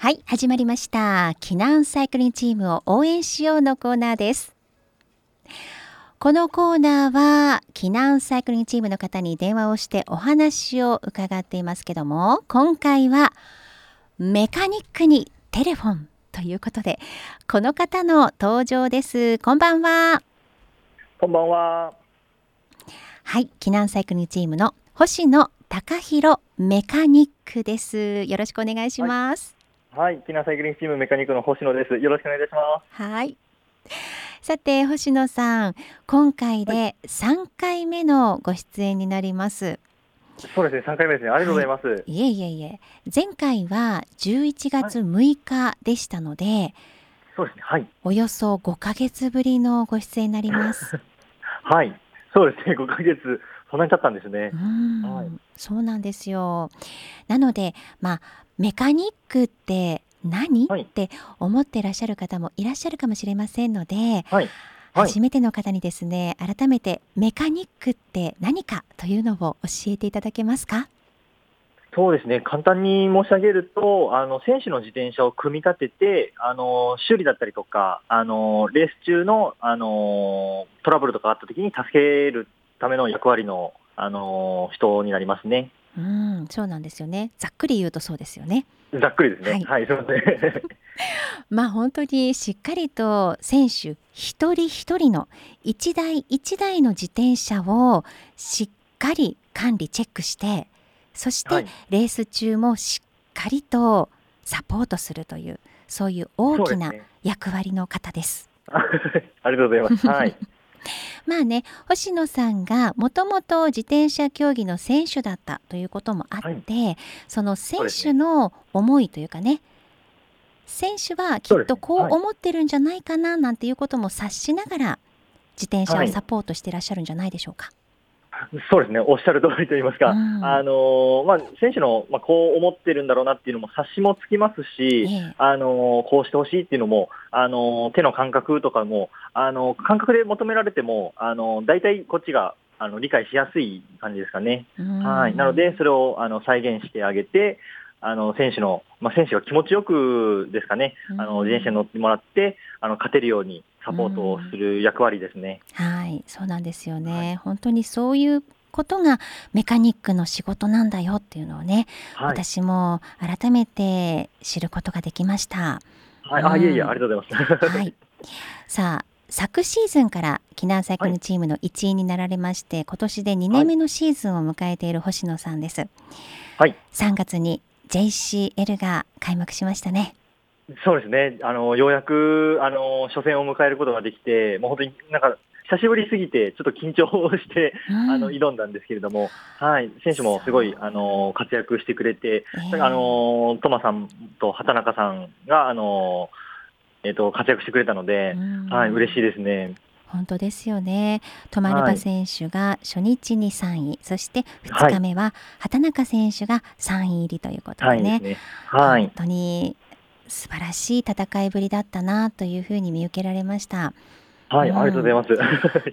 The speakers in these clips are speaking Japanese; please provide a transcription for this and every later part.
はい、始まりました。避難サイクリングチームを応援しようのコーナーです。このコーナーは避難サイクリングチームの方に電話をしてお話を伺っていますけども、今回はメカニックにテレフォンということで、この方の登場です。こんばんは。 こんばんは。 はい、避難サイクリングチームの星野貴弘メカニックです。よろしくお願いしはい、 ます。 はい、避難サイクリングチームメカニックの星野です。よろしくお願いいたしまはい。さて星野さん、今回す。はい、 で3回目のご出演になります。 そうですね、3回目ですね。ありがとうはい。 ございます。 いえいえいえ、前回は11 はい、 月6日でしたので、 そうですね、はい。 およそ5ヶ月ぶりのご出演になります。 はい、そうですね、5ヶ月、そんなに経ったんですね。はい、 そうなんですよ。なので、メカニックって何っはい、 て思っていらっしゃる方もいらっしゃるかもしれませんので、 はい、はい。 初めての方にですね、改めてメカニックって何かというのを教えていただけますか？ そうですね、簡単に申し上げると、選手の自転車を組み立てて、修理だったりとか、レース中の、トラブルとかあった時に助けるための役割の、人になりますね。 そうなんですよね。ざっくり言うとそうですよね。 ざっくりですね。 はい。 はい、すみません。 本当にしっかりと選手一人一人の一台一台の自転車をしっかり管理チェックして、そしてはい、 レース中もしっかりとサポートするという、そういう大きなそうですね。 役割の方です。 ありがとうございます。はい。 星野さんがもともと自転車競技の選手だったということもあっはい。 て、その選そうですね。 手の思いというかね、選手はきっとそうですね。はい。 こう思ってるんじゃないかななんていうことも察しながら自転車はい。 をサポートしていらっしゃるんじゃないでしょうか。 そうですね。おっしゃる通りと言いますか、 うん、 選手の、こう思ってるんだろうなっていうのも察しもつきますし、 ええ、 こうしてほしいっていうのも、手の感覚とかも、感覚で求められても、大体こっちが、理解しやすい感じですかね。 うはい。なのん、 で、それを、再現してあげて、選手が気持ちよくですかね、 う自転車にん、 乗ってもらって、勝てるようにサうポートをん、 する役割ですね。 はい、そうなんですよはい。 ね。本当にそういうことがメカニックの仕事なんだよっていうのをね、 はい。 私も改めて知ることができました。 はい。 うあ、いえいえ、ありん、 がとうございます。 はい。さあ、昨シーズンから避難サイクはい。 ルチームの一員になられまして、今年で2 はい。 年目のシーズンを迎えている星野さんです。 はい。 3月に JCL が開幕しましたね。 そうですね。ようやく、初戦を迎えることができて、もう本当になんか、久しぶりすぎて、ちょっと緊張をして、 うん、 挑んだんですけれども、はい。選手もそすごい、 う、 活躍してくれて、 ええ、 トマさんと畑中さんが、活躍してくれたのうで、はい、嬉しいん、 ですね。 本当ですよね。トマルはい。 バ選手が初日に3位、そして2 はい。 日目は畑中選手が3位入りということでね、 3位ですね。はい。 本当に素晴らしい戦いぶりだったなというふうに見受けられました。うはい、ありがとうございん。 ます。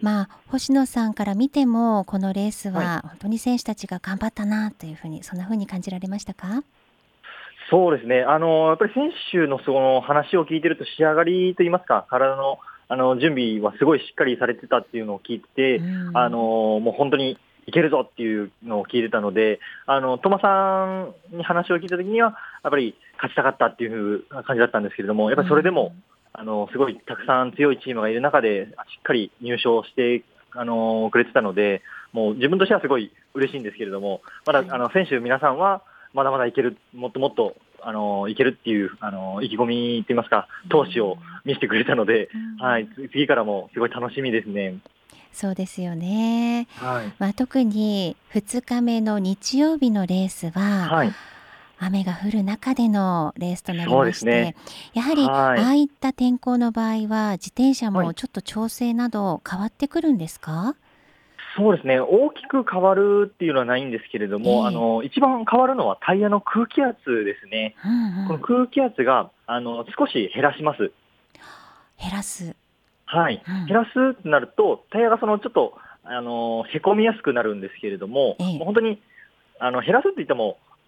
星野さんから見ても、このレースはい。 は本当に選手たちが頑張ったなというふうに、そんなふうに感じられましたか？ そうですね。やっぱり選手のその話を聞いてると仕上がりと言いますか、体の準備はすごいしっかりされてたっていうのを聞いてうて、 ん。 もう本当にいけるぞっていうのを聞いてたので、トマさんに話を聞いた時には、やっぱり勝ちたかったっていう感じだったんですけれども、やっぱうりそれでも、 ん。 すごいたくさん強いチームがいる中で、しっかり入賞して、くれてたので、もう自分としてはすごい嬉しいんですけれども、まだはい。 選手皆さんは、まだまだいける、もっともっと、いけるっていう、意気込みといいますか、 う闘志をん。 見せてくれたので、 うはい、 ん。 次からもすごい楽しみですね。 そうですよね。 はい。 特に2日目の日曜日のレースは、 はい。 雨が降る中でのレースとなりそうまして、 ですね。 やはりはい。 ああいった天候の場合は、自転車はい。 もちょっと調整など変わってくるんですか？ そうですね。大きく変わるっていうのはないんですけれどえも、 え。 一番変わるのはタイヤの空気圧ですね。 うんこのうん。 空気圧が、少し減らします。 減らす。 はい。 うん。 減らすってなると、タイヤがそのちょっと、へこみやすくなるんですけれども、 ええ。 もう本当に減らすって言っても、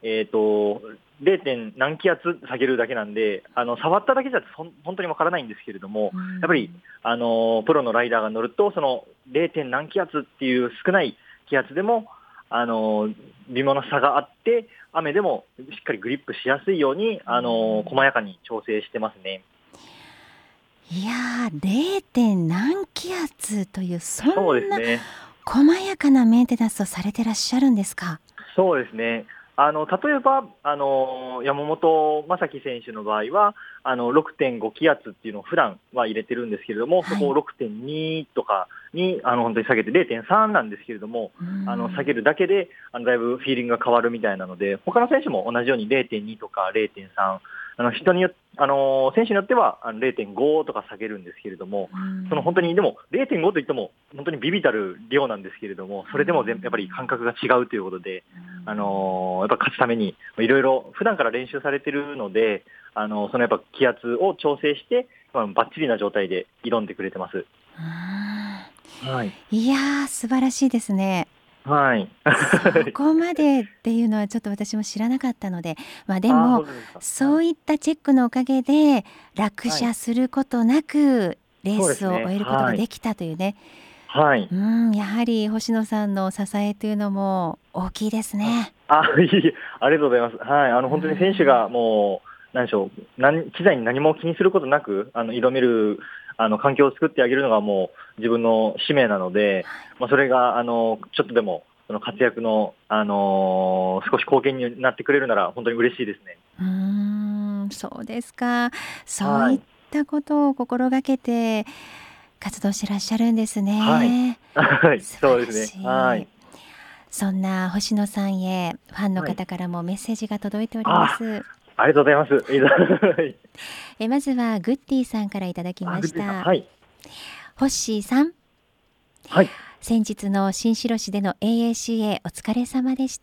0. 何気圧下げるだけなんで、触っただけじゃ本当にわからないんですけれども、やっぱり、プロのライダーが乗ると、その 0. 何気圧っていう少ない気圧でも、微妙な差があって、雨でもしっかりグリップしやすいように、細やかに調整してますね。 いやー、0. 何気圧という、そんなそうですね。 細やかなメンテナンスをされてらっしゃるんですか？ そうですね。例えば、山本昌輝選手の場合は、6.5 気圧っていうのを普段は入れてるんですけれども、そこを 6.2 とかに、本当に下げて 0.3 なんですけれども、下げるだけで、だいぶフィーリングが変わるみたいなので、他の選手も同じように 0.2 とか 0.3、人によって、選手によっては0.5 とか下げるんですけれども、その本当に、でも 0.5 といっても、本当にビビたる量なんですけれども、それでもやっぱり感覚が違うということで、やっぱ勝つために、いろいろ普段から練習されてるので、そのやっぱ気圧を調整して、バッチリな状態で挑んでくれてます。はい。 いやー、素晴らしいですね。 はい。 そこまでっていうのはちょっと私も知らなかったので、でああ、 も本当ですか。はい。 そういったチェックのおかげで落はい。 車することなくレーそうですね。 スを終えることがはい。 できたというね。 はい。 やはり星野さんの支えというのも大きいですはい。 ね。 いえいえ、ありがとうございます。はい。 う本当に選手ん。 がもう、なんでしょう、機材に何も気にすることなく、挑める、環境を作ってあげるのがもう自分の使命なので、それが、ちょっとでも、その活躍の、少し貢献になってくれるなら、本当に嬉しいですね。 そうですか。そういっはい。 たことを心がけて活動してらっしゃるんですはい。 ね。 はい。 素晴らそうですね。はしい。 い。 そんな星野さんへファンのはい。 方からもメッセージが届いております。 ありがとうございます。はい。 まずはグッディさんからいただきまグッディさん。 した。 はい。 ホッシーさん、 はい。 先日の新城市での AACA お疲れ様でした。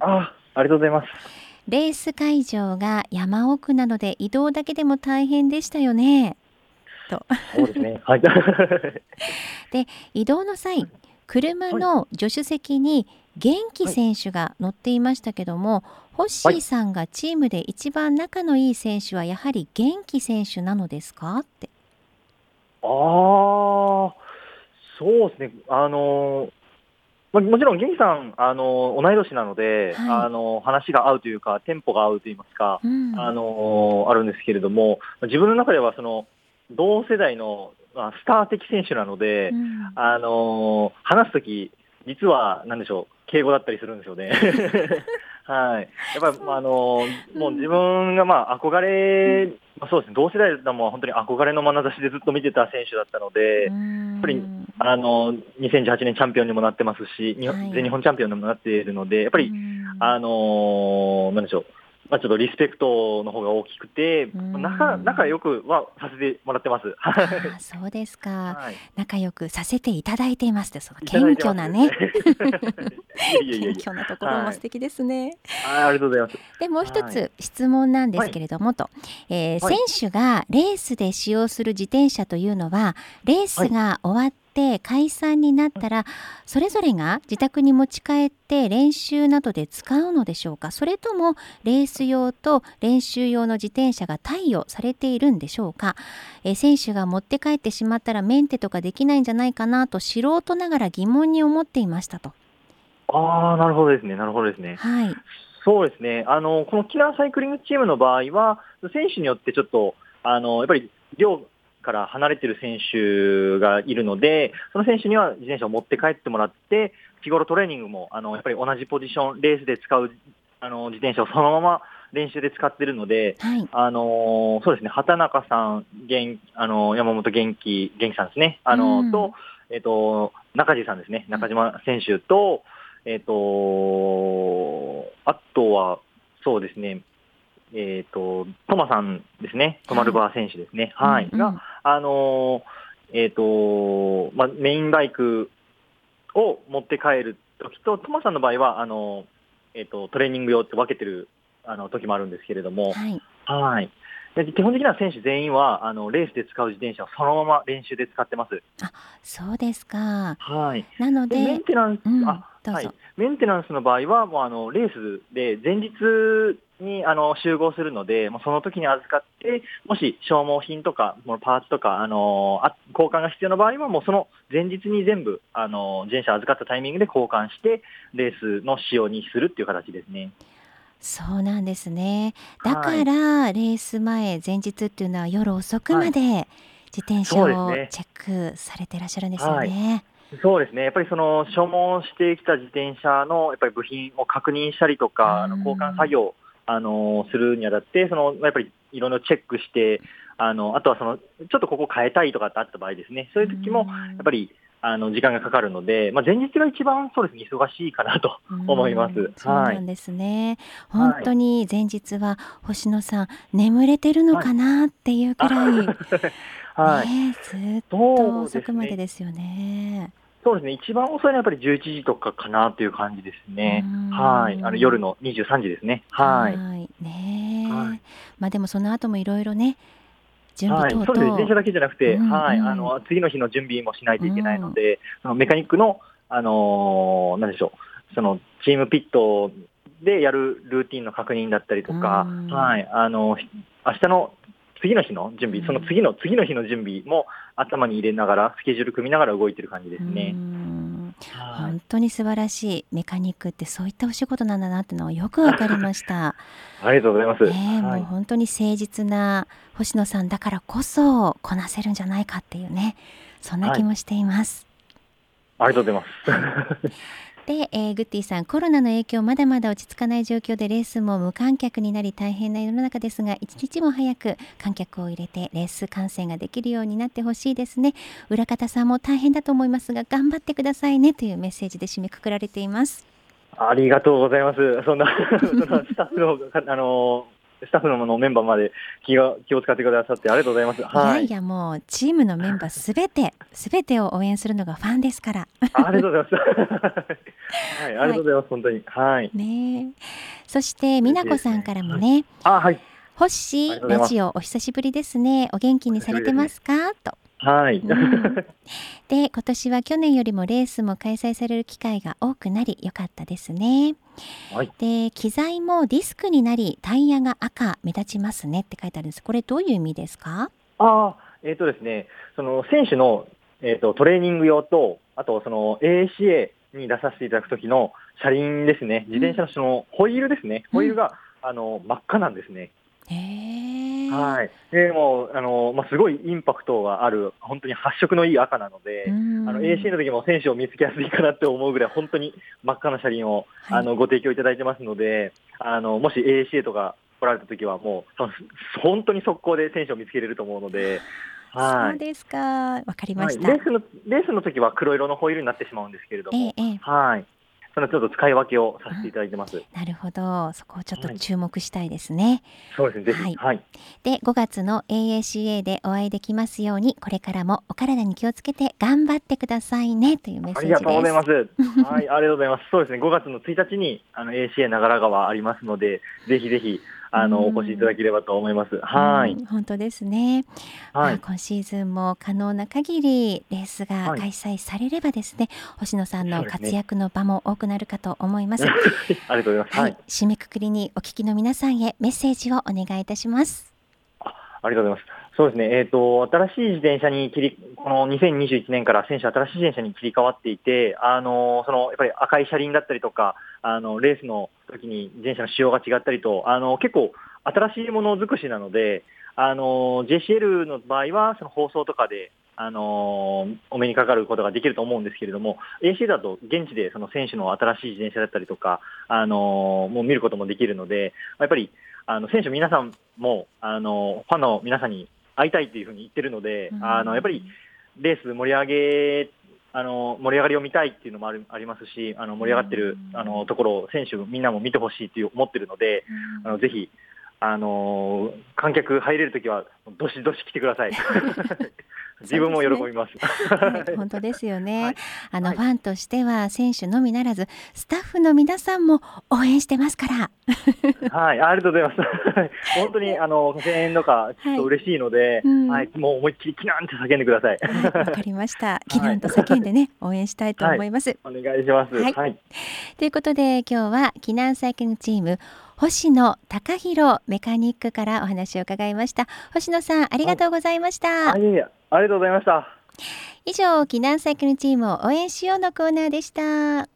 ありがとうございます。 レース会場が山奥なので移動だけでも大変でしたよねと。 そうですね。はい。 で、移動の際、車はい。 の助手席に元気はい。 選手が乗っていましたけども、ホッはい。 シーさんがチームで一番仲のいい選手はやはり元気選手なのですかって。 ああ、そうですね。もちろん元気さん、同い年なので、 はい。 話が合うというか、テンポが合うと言いますか、 うん。 あるんですけれども、自分の中ではその、同世代の、スター的選手なので、 うん。 話すとき、実は、なんでしょう、敬語だったりするんですよね。はい。やっぱり、 そう。 もう自うん。 分が憧うん。 れ、そうですね、同世代でも本当に憧れの眼差しでずっと見てた選手だったので、やっうーぱり、 ん。 2018年チャンピオンにもなってますし、全日はい。 本チャンピオンにもなっているので、やっぱうり、 ん。 なんでしょう、ちょっとリスペクトの方が大きくて、 う仲ん。 良くはさせてもらってます。はい。 そうですか。 はい。 仲良くさせていただいていますって、そのいただ謙いてますですね。 虚なね。 いえいえいえ謙いえ。 虚なところもはい。 素敵ですね。 ありがとうございます。 で、もう一はい。 つ質問なんですはい。 けれどもと、選はい。 手がレースで使用する自転車というのは、レースはい。 が終わって解散になったら、それぞれが自宅に持ち帰って練習などで使うのでしょうか？それともレース用と練習用の自転車が貸与されているんでしょうか？選手が持って帰ってしまったらメンテとかできないんじゃないかなと素人ながら疑問に思っていましたと。 なるほどですね。なるほどですね。 はい。 そうですね。このキラーサイクリングチームの場合は、選手によってちょっと、やっぱり寮から離れてる選手がいるので、その選手には自転車を持って帰ってもらって、日頃トレーニングも、やっぱり同じポジション、レースで使う、自転車をそのまま練習で使ってるので、 はい。 そうですね、畑中さん、山本元気さんですね、 うん。 中地さんですね、 うん。 中島選手と、あとは、そうですね、トマさんですね、トマはい。 ルバー選手ですね、はい、が、 うんうん。 メインバイクを持って帰るときと、トマさんの場合は、トレーニング用って分けてる、時もあるんですけれども、 はい。 はい。で基本的には選手全員は、レースで使う自転車をそのまま練習で使ってます。 あ、そうですか。 はい。で、メなのでンテナンス、 うん。 どうぞ。 はい、メンテナンスの場合は、もうレースで前日に集合するので、もうその時に預かって、もし消耗品とか、もうパーツとか、交換が必要な場合は、もうその前日に全部、自転車預かったタイミングで交換して、レースの仕様にするっていう形ですね。 そうなんですね。だはい。 からレース前日っていうのは夜遅くはい。 まで自転車そうですね。 をチェックされてらっしゃるんですよはい。 ね。 そうですね。やっぱりその消耗してきた自転車のやっぱり部品を確認したりとうーか、交換作ん。 業、するにあたって、やっぱりいろいろチェックして、あとはちょっとここ変えたいとかってあった場合ですね。そううーいう時も、やっぱん。 り、時間がかかるので、前日が一番そうですね、忙しいかなとうー思います。 そうはい。 なんですね。本はい。 当に前日は星野さん眠れてるのはい。 かなっていうくあらい、 はい。 ね、ずっとそう遅くまでですね。 ですよね。 そうですね。一番遅いのはやっぱり11時とかかなという感じですうーね。はい。夜ん。 の23時ですね。はい。 はい。ね。 はい。 でもその後もいろいろね、準備はい、そうですね、自転等々、 車だけじゃなくて、 うんはい、 うん、 次の日の準備もしないうといけないのん、 で、そのメカニックの、なんでしょう、そのチームピットでやるルーティンの確認だったりうとか、 ん、 はい、明日の次の日の準備、そのうん、 次の日の準備も頭に入れながら、スケジュール組みながら動いてる感じでうすね。 ん。 はい。 本当に素晴らしい。メカニックってそういったお仕事なんだなってのはよくわかりました。 ありがとうございます。 ねえ、 はい。 もう本当に誠実な星野さんだからこそこなせるんじゃないかっていうね、そんなはい。 気もしています。 ありがとうございはい。 ます。 で、グッディさん、コロナの影響まだまだ落ち着かない状況でレースも無観客になり大変な世の中ですが、一日も早く観客を入れてレース観戦ができるようになってほしいですね。裏方さんも大変だと思いますが頑張ってくださいねというメッセージで締めくくられています。 ありがとうございます。そんなそのスタッフのメンバーまで気を使ってくださってありがとうございます。 いやはい。 いや、もうチームのメンバーすべてを応援するのがファンですから。 ありがとうございます。はい、ありがはい。 とうございます。本当に。はい。 ねえ。そして美嬉し奈子さんいですね。はい。 からもね、 はい。 ホッあシーりがとうございます。 ラジオお久しぶりですね。お元気おにされてま久しぶりですね。 すかと。 はい。 うん。で、今年は去年よりもレースも開催される機会が多くなり良かったですね。 はい。 で、機材もディスクになり、タイヤが赤目立ちますねって書いてあるんです。これどういう意味ですか？ ああ、ですね、その選手の、トレーニング用と、あとその AACA に出させていただくときの車輪ですね。自うん、 転車のそのホイールですね。 うん。 ホイールが、真っ赤なんですね。 へえ。 はい。で、もう、すごいインパクトがある、本当に発色のいい赤なのうーで、AC ん。 の時も選手を見つけやすいかなって思うぐらい、本当に真っ赤な車輪を、 はい。 ご提供いただいてますので、もし ACA とか来られた時は、もう、本当に速攻で選手を見つけれると思うので、はい。 そうですか。わかりまはい。 した。 レースの時は黒色のホイールになってしまうんですけれども、 ええええ。 はい。そのちょっと使い分けをさせていうん。 ただいてます。 なるほど。そこをちょっとはい。 注目したいですね。 そうですね、ぜひ。 はい。 はい。 で、5月の AACA でお会いできますように、これからもお体に気をつけて頑張ってくださいねというメッセーありがとうごジです。 ざいます。はい、ありがとうございます。そうですね、5月の1日に、ACA 長良川ありますので、ぜひぜひ、 うーお越しいただん。 ければと思います。はい。 うん、本当ですね。 はい。 今シーズンも可能な限りレースがはい。 開催されればですね、星野さんのそうですね。 活躍の場も多くなるかと思います。 ありがとうございます。 はい、 はい。 締めくくりにお聞きの皆さんへメッセージをお願いいたします。 ありがとうございます。そうですね、新しい自転車にこの2021年から新しい自転車に切り替わっていて、やっぱり赤い車輪だったりとか、レースの時に自転車の仕様が違ったりと、結構新しいもの尽くしなので、JCL の場合は、その放送とかで、お目にかかることができると思うんですけれども、AC だと現地でその選手の新しい自転車だったりとか、もう見ることもできるので、やっぱり選手皆さんも、ファンの皆さんに会いたいっていうふうに言ってるので、 うやっぱりん、 レース盛り上がりを見たいっていうのもありますし、 う盛り上がってる、 ん、 ところを選手みんなも見てほしいって思ってるので、 うん。 ぜひ、観客入れるときは、どしどし来てください。 自分も喜びます。 はい、本当ですよね。 はい。はい。 ファンとしては選手のみならず、スタッフの皆さんも応援してますから。 はい、ありがとうございます。本当に声援とか聞くはい。 と嬉しいので、 うん。 はい、もう思いっきりキナンって叫んでください。 はい、わかりました。避はい。 難と叫んでね、応援したいとはい。 思います。 お願いします。 はい。 はい。 ということで、今日は避難サイクリングチーム、星野貴弘メカニックからお話を伺いました。星野さん、ありはい。 がとうございました。 あ、いえいえ、ありがとうございました。 以上、避難サイクリングチームを応援しようのコーナーでした。